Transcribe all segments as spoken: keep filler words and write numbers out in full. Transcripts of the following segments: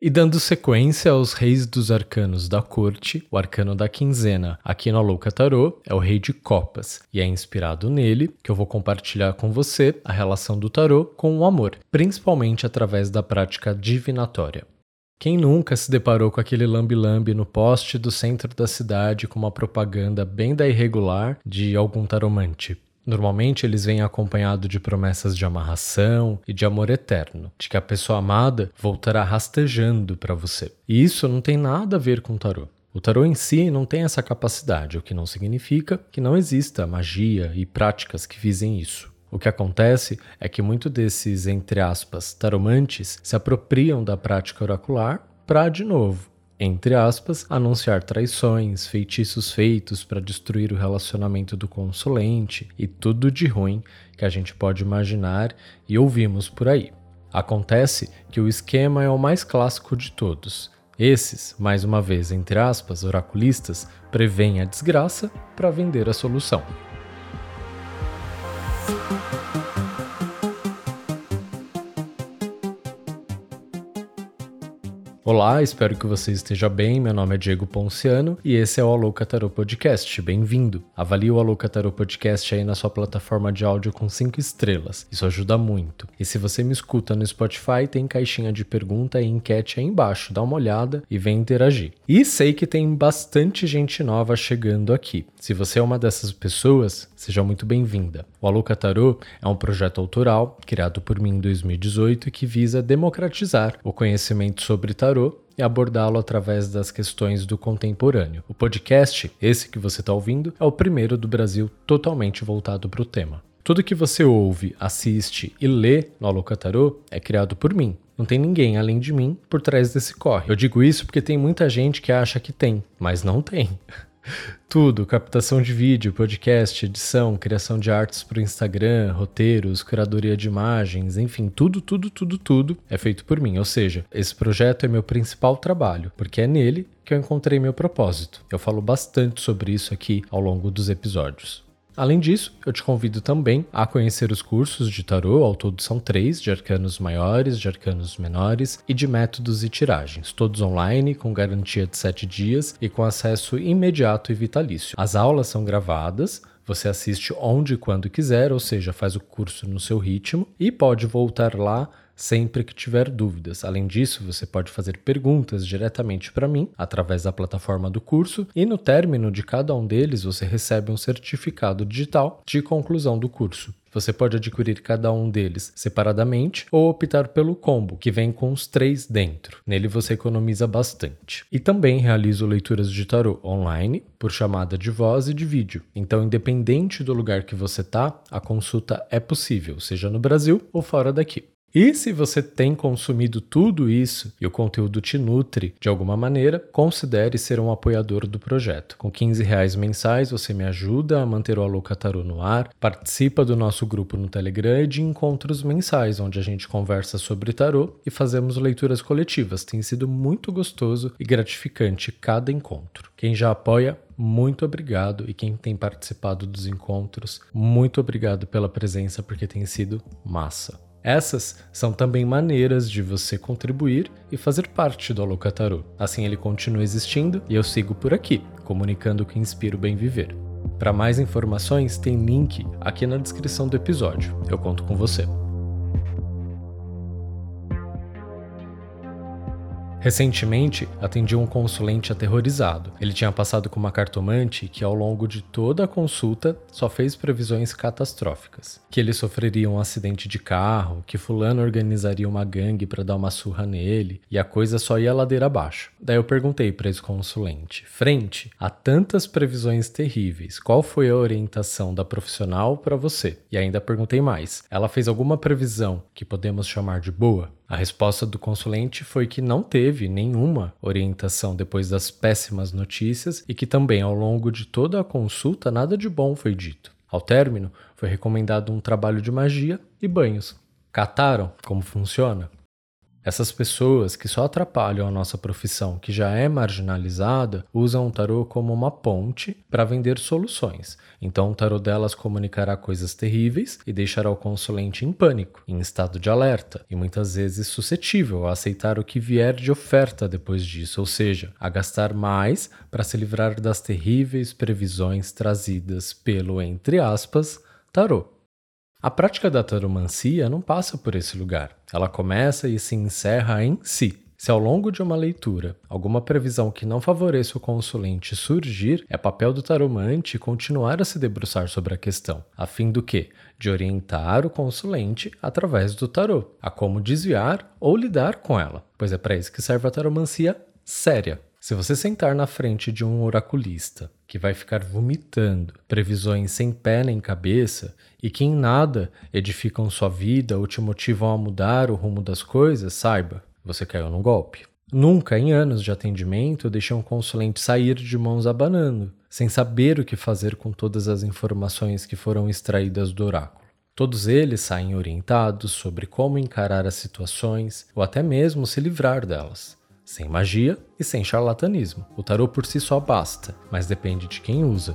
E dando sequência aos reis dos arcanos da corte, o arcano da quinzena aqui no Alouca Tarô é o Rei de Copas, e é inspirado nele que eu vou compartilhar com você a relação do tarô com o amor, principalmente através da prática divinatória. Quem nunca se deparou com aquele lambe-lambe no poste do centro da cidade com uma propaganda bem da irregular de algum taromante? Normalmente eles vêm acompanhados de promessas de amarração e de amor eterno, de que a pessoa amada voltará rastejando para você. E isso não tem nada a ver com o tarô. O tarô em si não tem essa capacidade, o que não significa que não exista magia e práticas que visem isso. O que acontece é que muitos desses, entre aspas, taromantes se apropriam da prática oracular para, de novo, entre aspas, anunciar traições, feitiços feitos para destruir o relacionamento do consulente e tudo de ruim que a gente pode imaginar e ouvimos por aí. Acontece que o esquema é o mais clássico de todos. Esses, mais uma vez, entre aspas, oraculistas, preveem a desgraça para vender a solução. Olá, espero que você esteja bem. Meu nome é Diego Ponciano e esse é o Alouca Tarô Podcast. Bem-vindo! Avalie o Alouca Tarô Podcast aí na sua plataforma de áudio com cinco estrelas. Isso ajuda muito. E se você me escuta no Spotify, tem caixinha de pergunta e enquete aí embaixo. Dá uma olhada e vem interagir. E sei que tem bastante gente nova chegando aqui. Se você é uma dessas pessoas, seja muito bem-vinda. O Alouca Tarô é um projeto autoral criado por mim em dois mil e dezoito e que visa democratizar o conhecimento sobre tarô e abordá-lo através das questões do contemporâneo. O podcast, esse que você está ouvindo, é o primeiro do Brasil totalmente voltado para o tema. Tudo que você ouve, assiste e lê no Alouca Tarô é criado por mim. Não tem ninguém além de mim por trás desse corre. Eu digo isso porque tem muita gente que acha que tem, mas não tem. Tudo, captação de vídeo, podcast, edição, criação de artes para o Instagram, roteiros, curadoria de imagens, enfim, tudo, tudo, tudo, tudo é feito por mim. Ou seja, esse projeto é meu principal trabalho, porque é nele que eu encontrei meu propósito. Eu falo bastante sobre isso aqui ao longo dos episódios. Além disso, eu te convido também a conhecer os cursos de tarô, ao todo são três, de arcanos maiores, de arcanos menores e de métodos e tiragens, todos online, com garantia de sete dias e com acesso imediato e vitalício. As aulas são gravadas, você assiste onde e quando quiser, ou seja, faz o curso no seu ritmo e pode voltar lá sempre que tiver dúvidas. Além disso, você pode fazer perguntas diretamente para mim, através da plataforma do curso, e no término de cada um deles você recebe um certificado digital de conclusão do curso. Você pode adquirir cada um deles separadamente ou optar pelo combo, que vem com os três dentro. Nele você economiza bastante. E também realizo leituras de tarô online, por chamada de voz e de vídeo. Então, independente do lugar que você está, a consulta é possível, seja no Brasil ou fora daqui. E se você tem consumido tudo isso e o conteúdo te nutre de alguma maneira, considere ser um apoiador do projeto. Com quinze reais mensais você me ajuda a manter o Alouca Tarô no ar, participa do nosso grupo no Telegram e de encontros mensais, onde a gente conversa sobre tarô e fazemos leituras coletivas. Tem sido muito gostoso e gratificante cada encontro. Quem já apoia, muito obrigado, e quem tem participado dos encontros, muito obrigado pela presença, porque tem sido massa. Essas são também maneiras de você contribuir e fazer parte do Alouca Tarô. Assim ele continua existindo e eu sigo por aqui, comunicando o que inspira o bem viver. Para mais informações, tem link aqui na descrição do episódio. Eu conto com você. Recentemente, atendi um consulente aterrorizado. Ele tinha passado com uma cartomante que, ao longo de toda a consulta, só fez previsões catastróficas. Que ele sofreria um acidente de carro, que fulano organizaria uma gangue para dar uma surra nele, e a coisa só ia ladeira abaixo. Daí eu perguntei para esse consulente, frente a tantas previsões terríveis, qual foi a orientação da profissional para você? E ainda perguntei mais, ela fez alguma previsão que podemos chamar de boa? A resposta do consulente foi que não teve nenhuma orientação depois das péssimas notícias e que também ao longo de toda a consulta nada de bom foi dito. Ao término, foi recomendado um trabalho de magia e banhos. Cataram como funciona? Essas pessoas que só atrapalham a nossa profissão, que já é marginalizada, usam o tarô como uma ponte para vender soluções. Então o tarô delas comunicará coisas terríveis e deixará o consulente em pânico, em estado de alerta, e muitas vezes suscetível a aceitar o que vier de oferta depois disso, ou seja, a gastar mais para se livrar das terríveis previsões trazidas pelo, entre aspas, tarô. A prática da taromancia não passa por esse lugar. Ela começa e se encerra em si. Se ao longo de uma leitura alguma previsão que não favoreça o consulente surgir, é papel do taromante continuar a se debruçar sobre a questão, a fim do quê? De orientar o consulente através do tarô, a como desviar ou lidar com ela, pois é para isso que serve a taromancia séria. Se você sentar na frente de um oraculista que vai ficar vomitando previsões sem pé nem cabeça e que em nada edificam sua vida ou te motivam a mudar o rumo das coisas, saiba, você caiu num golpe. Nunca, em anos de atendimento, eu deixei um consulente sair de mãos abanando, sem saber o que fazer com todas as informações que foram extraídas do oráculo. Todos eles saem orientados sobre como encarar as situações ou até mesmo se livrar delas. Sem magia e sem charlatanismo. O tarô por si só basta, mas depende de quem usa.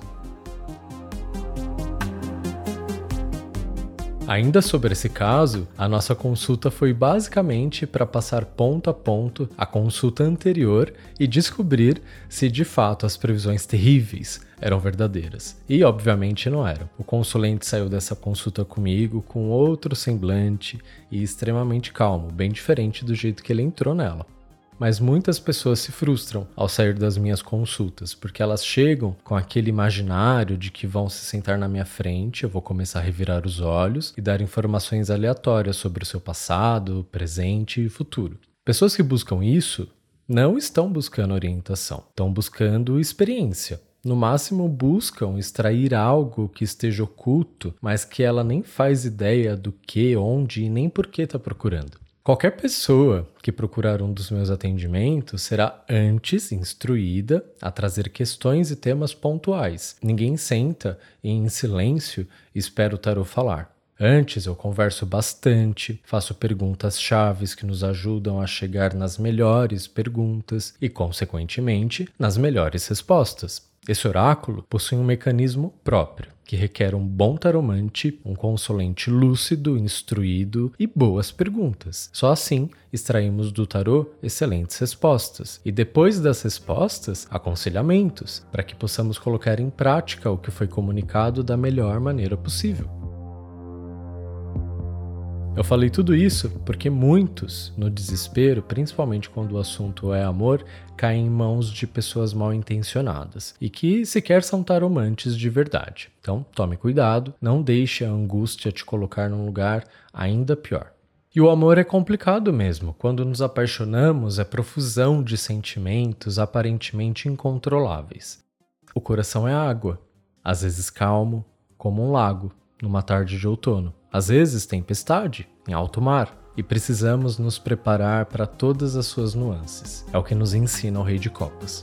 Ainda sobre esse caso, a nossa consulta foi basicamente para passar ponto a ponto a consulta anterior e descobrir se de fato as previsões terríveis eram verdadeiras. E obviamente não eram. O consulente saiu dessa consulta comigo com outro semblante e extremamente calmo, bem diferente do jeito que ele entrou nela. Mas muitas pessoas se frustram ao sair das minhas consultas, porque elas chegam com aquele imaginário de que vão se sentar na minha frente, eu vou começar a revirar os olhos e dar informações aleatórias sobre o seu passado, presente e futuro. Pessoas que buscam isso não estão buscando orientação, estão buscando experiência. No máximo buscam extrair algo que esteja oculto, mas que ela nem faz ideia do que, onde e nem por que está procurando. Qualquer pessoa que procurar um dos meus atendimentos será antes instruída a trazer questões e temas pontuais. Ninguém senta e em silêncio espera o tarô falar. Antes eu converso bastante, faço perguntas chaves que nos ajudam a chegar nas melhores perguntas e, consequentemente, nas melhores respostas. Esse oráculo possui um mecanismo próprio, que requer um bom taromante, um consulente lúcido, instruído e boas perguntas. Só assim extraímos do tarô excelentes respostas. E depois das respostas, aconselhamentos, para que possamos colocar em prática o que foi comunicado da melhor maneira possível. Eu falei tudo isso porque muitos, no desespero, principalmente quando o assunto é amor, caem em mãos de pessoas mal intencionadas e que sequer são taromantes de verdade. Então, tome cuidado, não deixe a angústia te colocar num lugar ainda pior. E o amor é complicado mesmo. Quando nos apaixonamos, é profusão de sentimentos aparentemente incontroláveis. O coração é água, às vezes calmo, como um lago, numa tarde de outono. Às vezes tempestade, em alto mar, e precisamos nos preparar para todas as suas nuances. É o que nos ensina o Rei de Copas.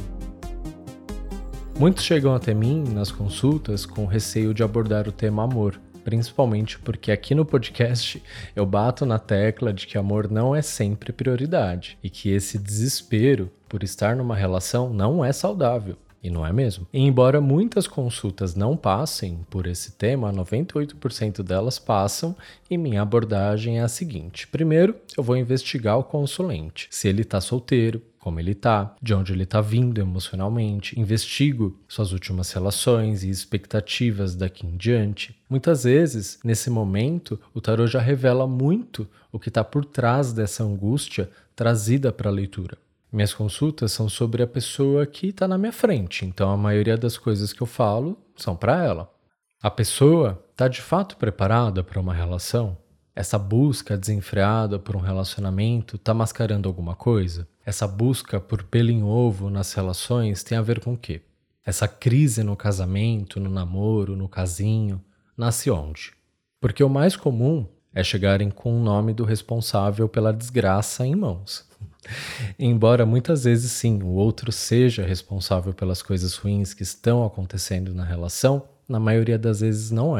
Muitos chegam até mim nas consultas com receio de abordar o tema amor, principalmente porque aqui no podcast eu bato na tecla de que amor não é sempre prioridade e que esse desespero por estar numa relação não é saudável. E não é mesmo? E embora muitas consultas não passem por esse tema, noventa e oito por cento delas passam e minha abordagem é a seguinte. Primeiro, eu vou investigar o consulente. Se ele está solteiro, como ele está, de onde ele está vindo emocionalmente. Investigo suas últimas relações e expectativas daqui em diante. Muitas vezes, nesse momento, o tarô já revela muito o que está por trás dessa angústia trazida para a leitura. Minhas consultas são sobre a pessoa que está na minha frente, então a maioria das coisas que eu falo são para ela. A pessoa está de fato preparada para uma relação? Essa busca desenfreada por um relacionamento está mascarando alguma coisa? Essa busca por pelo em ovo nas relações tem a ver com o quê? Essa crise no casamento, no namoro, no casinho, nasce onde? Porque o mais comum é chegarem com o nome do responsável pela desgraça em mãos. Embora muitas vezes sim, o outro seja responsável pelas coisas ruins que estão acontecendo na relação, na maioria das vezes não é.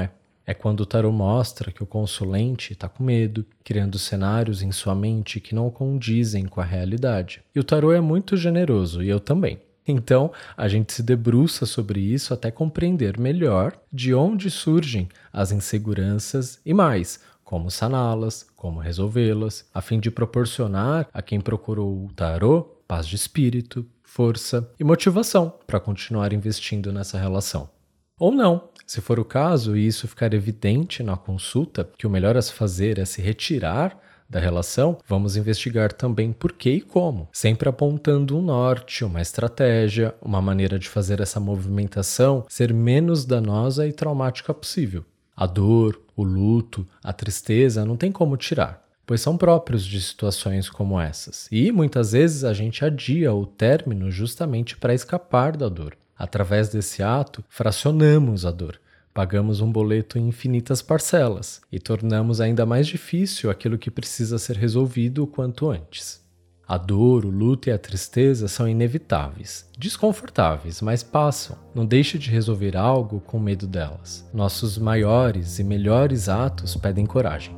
É quando o tarô mostra que o consulente está com medo, criando cenários em sua mente que não condizem com a realidade. E o tarô é muito generoso, e eu também. Então, a gente se debruça sobre isso até compreender melhor de onde surgem as inseguranças e mais, como saná-las, como resolvê-las, a fim de proporcionar a quem procurou o tarô paz de espírito, força e motivação para continuar investindo nessa relação. Ou não, se for o caso e isso ficar evidente na consulta, que o melhor a se fazer é se retirar da relação, vamos investigar também por que e como, sempre apontando um norte, uma estratégia, uma maneira de fazer essa movimentação ser menos danosa e traumática possível. A dor, o luto, a tristeza não tem como tirar, pois são próprios de situações como essas. E muitas vezes a gente adia o término justamente para escapar da dor. Através desse ato, fracionamos a dor, pagamos um boleto em infinitas parcelas e tornamos ainda mais difícil aquilo que precisa ser resolvido o quanto antes. A dor, o luto e a tristeza são inevitáveis, desconfortáveis, mas passam. Não deixe de resolver algo com medo delas. Nossos maiores e melhores atos pedem coragem.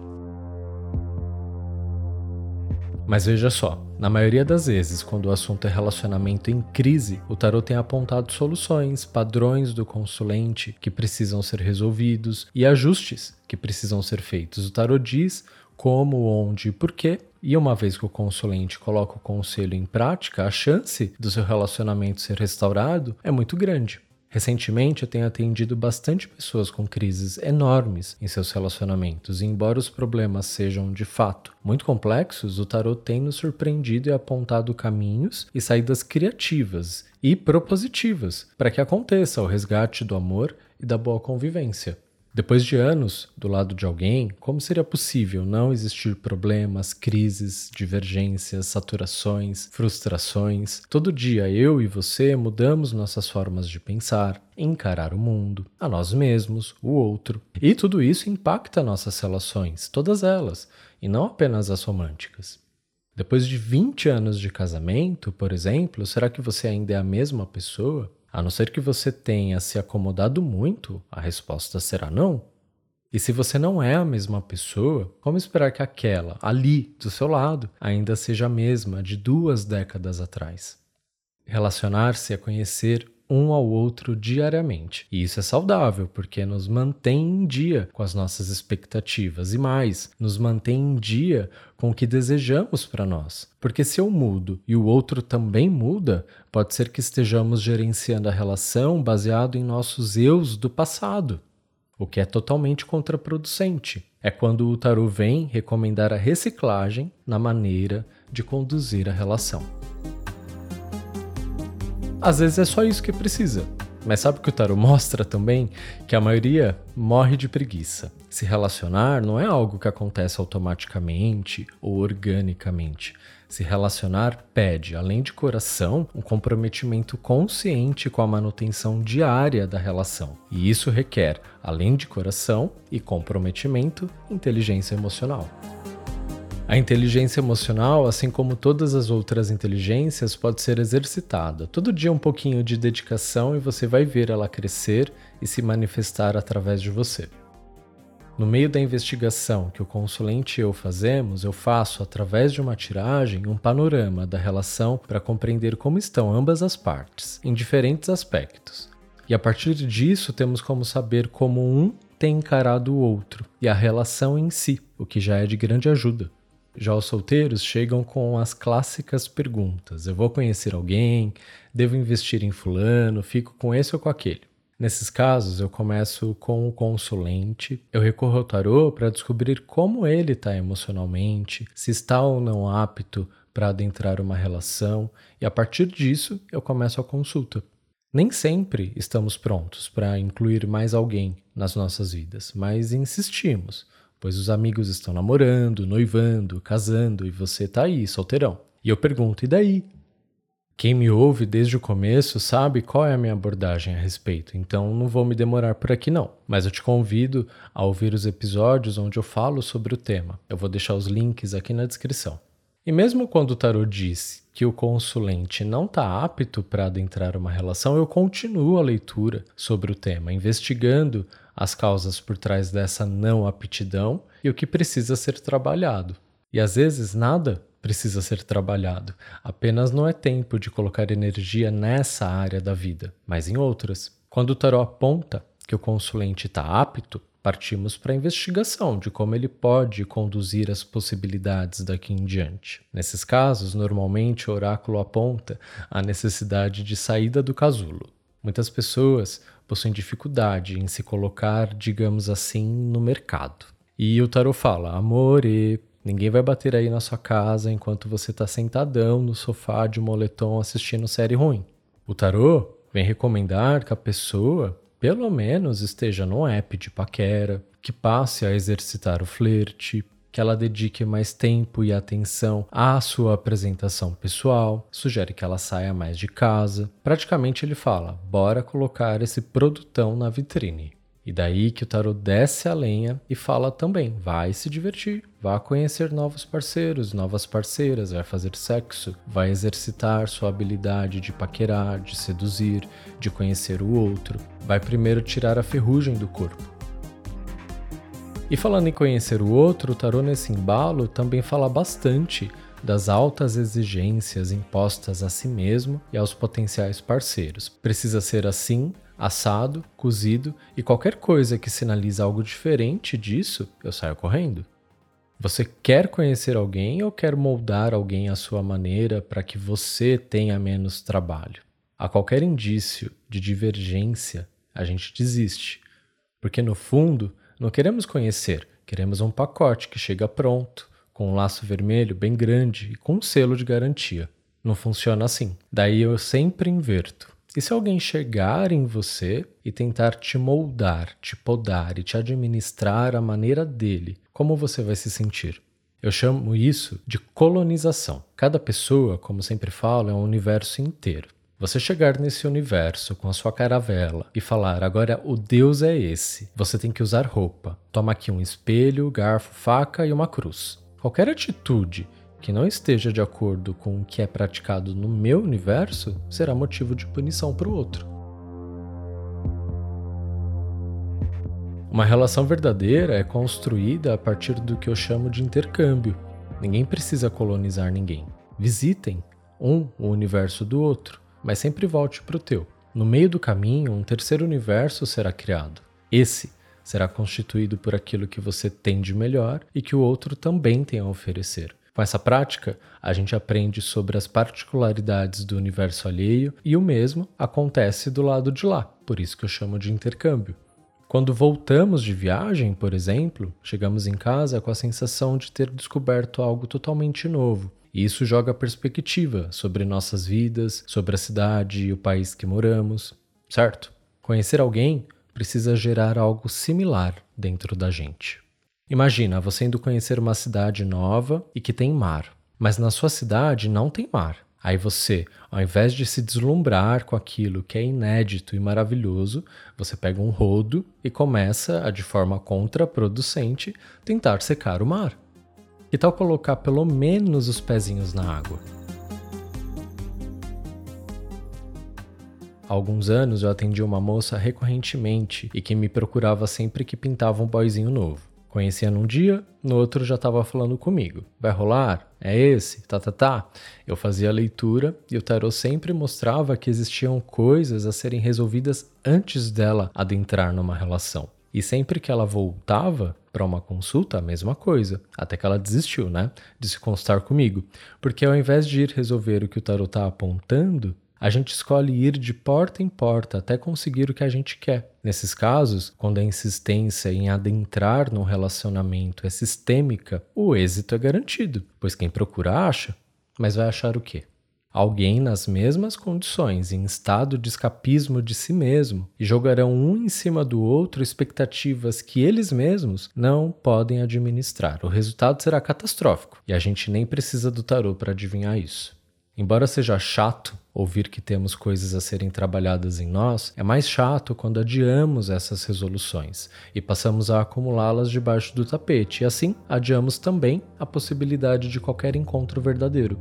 Mas veja só, na maioria das vezes, quando o assunto é relacionamento em crise, o tarô tem apontado soluções, padrões do consulente que precisam ser resolvidos e ajustes que precisam ser feitos. O tarô diz como, onde e porquê, e uma vez que o consulente coloca o conselho em prática, a chance do seu relacionamento ser restaurado é muito grande. Recentemente, eu tenho atendido bastante pessoas com crises enormes em seus relacionamentos, e embora os problemas sejam, de fato, muito complexos, o tarô tem nos surpreendido e apontado caminhos e saídas criativas e propositivas para que aconteça o resgate do amor e da boa convivência. Depois de anos do lado de alguém, como seria possível não existir problemas, crises, divergências, saturações, frustrações? Todo dia eu e você mudamos nossas formas de pensar, encarar o mundo, a nós mesmos, o outro. E tudo isso impacta nossas relações, todas elas, e não apenas as românticas. Depois de vinte anos de casamento, por exemplo, será que você ainda é a mesma pessoa? A não ser que você tenha se acomodado muito, a resposta será não. E se você não é a mesma pessoa, como esperar que aquela, ali, do seu lado, ainda seja a mesma de duas décadas atrás? Relacionar-se é conhecer um ao outro diariamente. E isso é saudável, porque nos mantém em dia com as nossas expectativas e mais, nos mantém em dia com o que desejamos para nós. Porque se eu mudo e o outro também muda, pode ser que estejamos gerenciando a relação baseado em nossos eus do passado, o que é totalmente contraproducente. É quando o tarô vem recomendar a reciclagem na maneira de conduzir a relação. Às vezes é só isso que precisa. Mas sabe o que o tarô mostra também? Que a maioria morre de preguiça. Se relacionar não é algo que acontece automaticamente ou organicamente. Se relacionar pede, além de coração, um comprometimento consciente com a manutenção diária da relação. E isso requer, além de coração e comprometimento, inteligência emocional. A inteligência emocional, assim como todas as outras inteligências, pode ser exercitada. Todo dia um pouquinho de dedicação e você vai ver ela crescer e se manifestar através de você. No meio da investigação que o consulente e eu fazemos, eu faço, através de uma tiragem, um panorama da relação para compreender como estão ambas as partes, em diferentes aspectos. E a partir disso, temos como saber como um tem encarado o outro e a relação em si, o que já é de grande ajuda. Já os solteiros chegam com as clássicas perguntas: eu vou conhecer alguém? Devo investir em fulano? Fico com esse ou com aquele? Nesses casos, eu começo com o consulente, eu recorro ao tarô para descobrir como ele está emocionalmente, se está ou não apto para adentrar uma relação, e a partir disso eu começo a consulta. Nem sempre estamos prontos para incluir mais alguém nas nossas vidas, mas insistimos. Pois os amigos estão namorando, noivando, casando e você tá aí, solteirão. E eu pergunto, e daí? Quem me ouve desde o começo sabe qual é a minha abordagem a respeito, então não vou me demorar por aqui não. Mas eu te convido a ouvir os episódios onde eu falo sobre o tema. Eu vou deixar os links aqui na descrição. E mesmo quando o tarô diz que o consulente não está apto para adentrar uma relação, eu continuo a leitura sobre o tema, investigando as causas por trás dessa não aptidão e o que precisa ser trabalhado. E às vezes nada precisa ser trabalhado, apenas não é tempo de colocar energia nessa área da vida, mas em outras. Quando o tarô aponta que o consulente está apto, partimos para a investigação de como ele pode conduzir as possibilidades daqui em diante. Nesses casos, normalmente o oráculo aponta a necessidade de saída do casulo. Muitas pessoas possuem dificuldade em se colocar, digamos assim, no mercado. E o tarô fala, amore, ninguém vai bater aí na sua casa enquanto você está sentadão no sofá de moletom assistindo série ruim. O tarô vem recomendar que a pessoa pelo menos esteja no app de paquera, que passe a exercitar o flerte, que ela dedique mais tempo e atenção à sua apresentação pessoal, sugere que ela saia mais de casa. Praticamente ele fala, bora colocar esse produtão na vitrine. E daí que o tarô desce a lenha e fala também, vai se divertir, vai conhecer novos parceiros, novas parceiras, vai fazer sexo, vai exercitar sua habilidade de paquerar, de seduzir, de conhecer o outro, vai primeiro tirar a ferrugem do corpo. E falando em conhecer o outro, o tarô nesse embalo também fala bastante das altas exigências impostas a si mesmo e aos potenciais parceiros. Precisa ser assim, assado, cozido, e qualquer coisa que sinaliza algo diferente disso, eu saio correndo. Você quer conhecer alguém ou quer moldar alguém à sua maneira para que você tenha menos trabalho? A qualquer indício de divergência, a gente desiste, porque no fundo não queremos conhecer, queremos um pacote que chega pronto, com um laço vermelho bem grande e com um selo de garantia. Não funciona assim. Daí eu sempre inverto. E se alguém chegar em você e tentar te moldar, te podar e te administrar à maneira dele, como você vai se sentir? Eu chamo isso de colonização. Cada pessoa, como sempre falo, é um universo inteiro. Você chegar nesse universo com a sua caravela e falar, agora o Deus é esse, você tem que usar roupa. Toma aqui um espelho, garfo, faca e uma cruz. Qualquer atitude que não esteja de acordo com o que é praticado no meu universo será motivo de punição para o outro. Uma relação verdadeira é construída a partir do que eu chamo de intercâmbio. Ninguém precisa colonizar ninguém. Visitem um o universo do outro, mas sempre volte para o teu. No meio do caminho, um terceiro universo será criado. Esse será constituído por aquilo que você tem de melhor e que o outro também tem a oferecer. Com essa prática, a gente aprende sobre as particularidades do universo alheio e o mesmo acontece do lado de lá, por isso que eu chamo de intercâmbio. Quando voltamos de viagem, por exemplo, chegamos em casa com a sensação de ter descoberto algo totalmente novo. E isso joga perspectiva sobre nossas vidas, sobre a cidade e o país que moramos, certo? Conhecer alguém precisa gerar algo similar dentro da gente. Imagina você indo conhecer uma cidade nova e que tem mar, mas na sua cidade não tem mar. Aí você, ao invés de se deslumbrar com aquilo que é inédito e maravilhoso, você pega um rodo e começa a, de forma contraproducente, tentar secar o mar. Que tal colocar pelo menos os pezinhos na água? Há alguns anos eu atendi uma moça recorrentemente e que me procurava sempre que pintava um boyzinho novo. Conhecia num dia, no outro já estava falando comigo. Vai rolar? É esse? Tá, tá, tá. Eu fazia a leitura e o tarô sempre mostrava que existiam coisas a serem resolvidas antes dela adentrar numa relação. E sempre que ela voltava para uma consulta, a mesma coisa. Até que ela desistiu, né? De se constar comigo. Porque ao invés de ir resolver o que o tarô está apontando, a gente escolhe ir de porta em porta até conseguir o que a gente quer. Nesses casos, quando a insistência em adentrar num relacionamento é sistêmica, o êxito é garantido, pois quem procura acha, mas vai achar o quê? Alguém nas mesmas condições, em estado de escapismo de si mesmo, e jogarão um em cima do outro expectativas que eles mesmos não podem administrar. O resultado será catastrófico, e a gente nem precisa do tarô para adivinhar isso. Embora seja chato ouvir que temos coisas a serem trabalhadas em nós, é mais chato quando adiamos essas resoluções e passamos a acumulá-las debaixo do tapete, e assim adiamos também a possibilidade de qualquer encontro verdadeiro.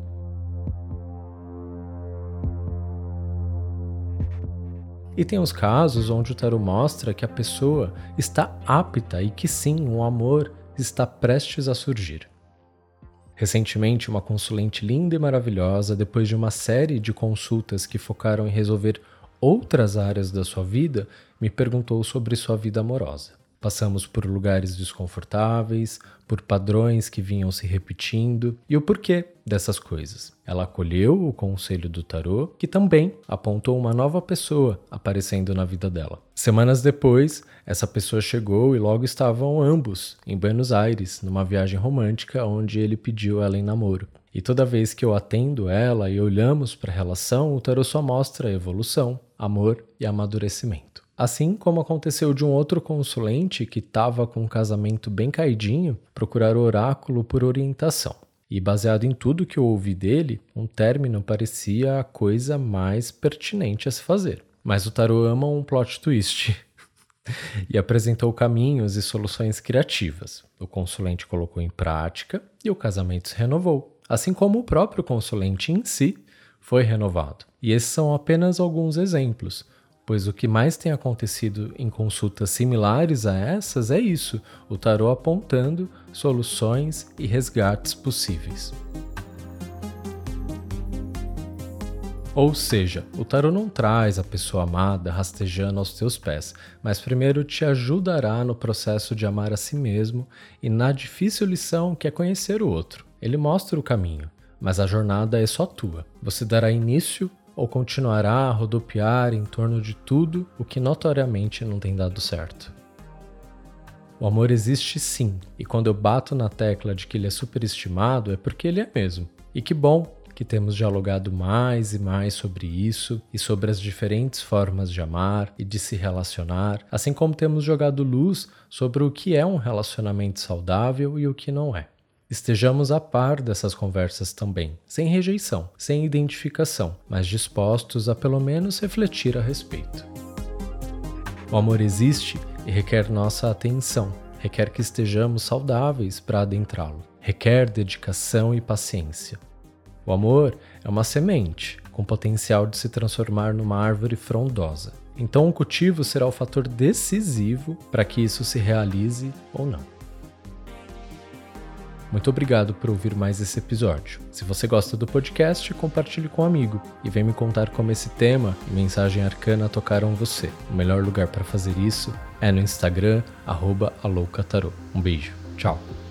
E tem os casos onde o tarô mostra que a pessoa está apta e que sim, o amor está prestes a surgir. Recentemente, uma consulente linda e maravilhosa, depois de uma série de consultas que focaram em resolver outras áreas da sua vida, me perguntou sobre sua vida amorosa. Passamos por lugares desconfortáveis, por padrões que vinham se repetindo e o porquê dessas coisas. Ela acolheu o conselho do tarô, que também apontou uma nova pessoa aparecendo na vida dela. Semanas depois, essa pessoa chegou e logo estavam ambos em Buenos Aires, numa viagem romântica onde ele pediu ela em namoro. E toda vez que eu atendo ela e olhamos para a relação, o tarô só mostra evolução, amor e amadurecimento. Assim como aconteceu de um outro consulente que estava com um casamento bem caidinho, procurar o oráculo por orientação. E baseado em tudo que eu ouvi dele, um término parecia a coisa mais pertinente a se fazer. Mas o tarô ama um plot twist e apresentou caminhos e soluções criativas. O consulente colocou em prática e o casamento se renovou, assim como o próprio consulente em si foi renovado. E esses são apenas alguns exemplos, pois o que mais tem acontecido em consultas similares a essas é isso, o tarô apontando soluções e resgates possíveis. Ou seja, o tarô não traz a pessoa amada rastejando aos teus pés, mas primeiro te ajudará no processo de amar a si mesmo e na difícil lição que é conhecer o outro. Ele mostra o caminho, mas a jornada é só tua. Você dará início ou continuará a rodopiar em torno de tudo o que notoriamente não tem dado certo. O amor existe sim, e quando eu bato na tecla de que ele é superestimado é porque ele é mesmo. E que bom que temos dialogado mais e mais sobre isso e sobre as diferentes formas de amar e de se relacionar, assim como temos jogado luz sobre o que é um relacionamento saudável e o que não é. Estejamos a par dessas conversas também, sem rejeição, sem identificação, mas dispostos a pelo menos refletir a respeito. O amor existe e requer nossa atenção, requer que estejamos saudáveis para adentrá-lo, requer dedicação e paciência. O amor é uma semente com potencial de se transformar numa árvore frondosa. Então o cultivo será o fator decisivo para que isso se realize ou não. Muito obrigado por ouvir mais esse episódio. Se você gosta do podcast, compartilhe com um amigo e vem me contar como esse tema e mensagem arcana tocaram você. O melhor lugar para fazer isso é no Instagram, arroba aloucatarô. Um beijo. Tchau.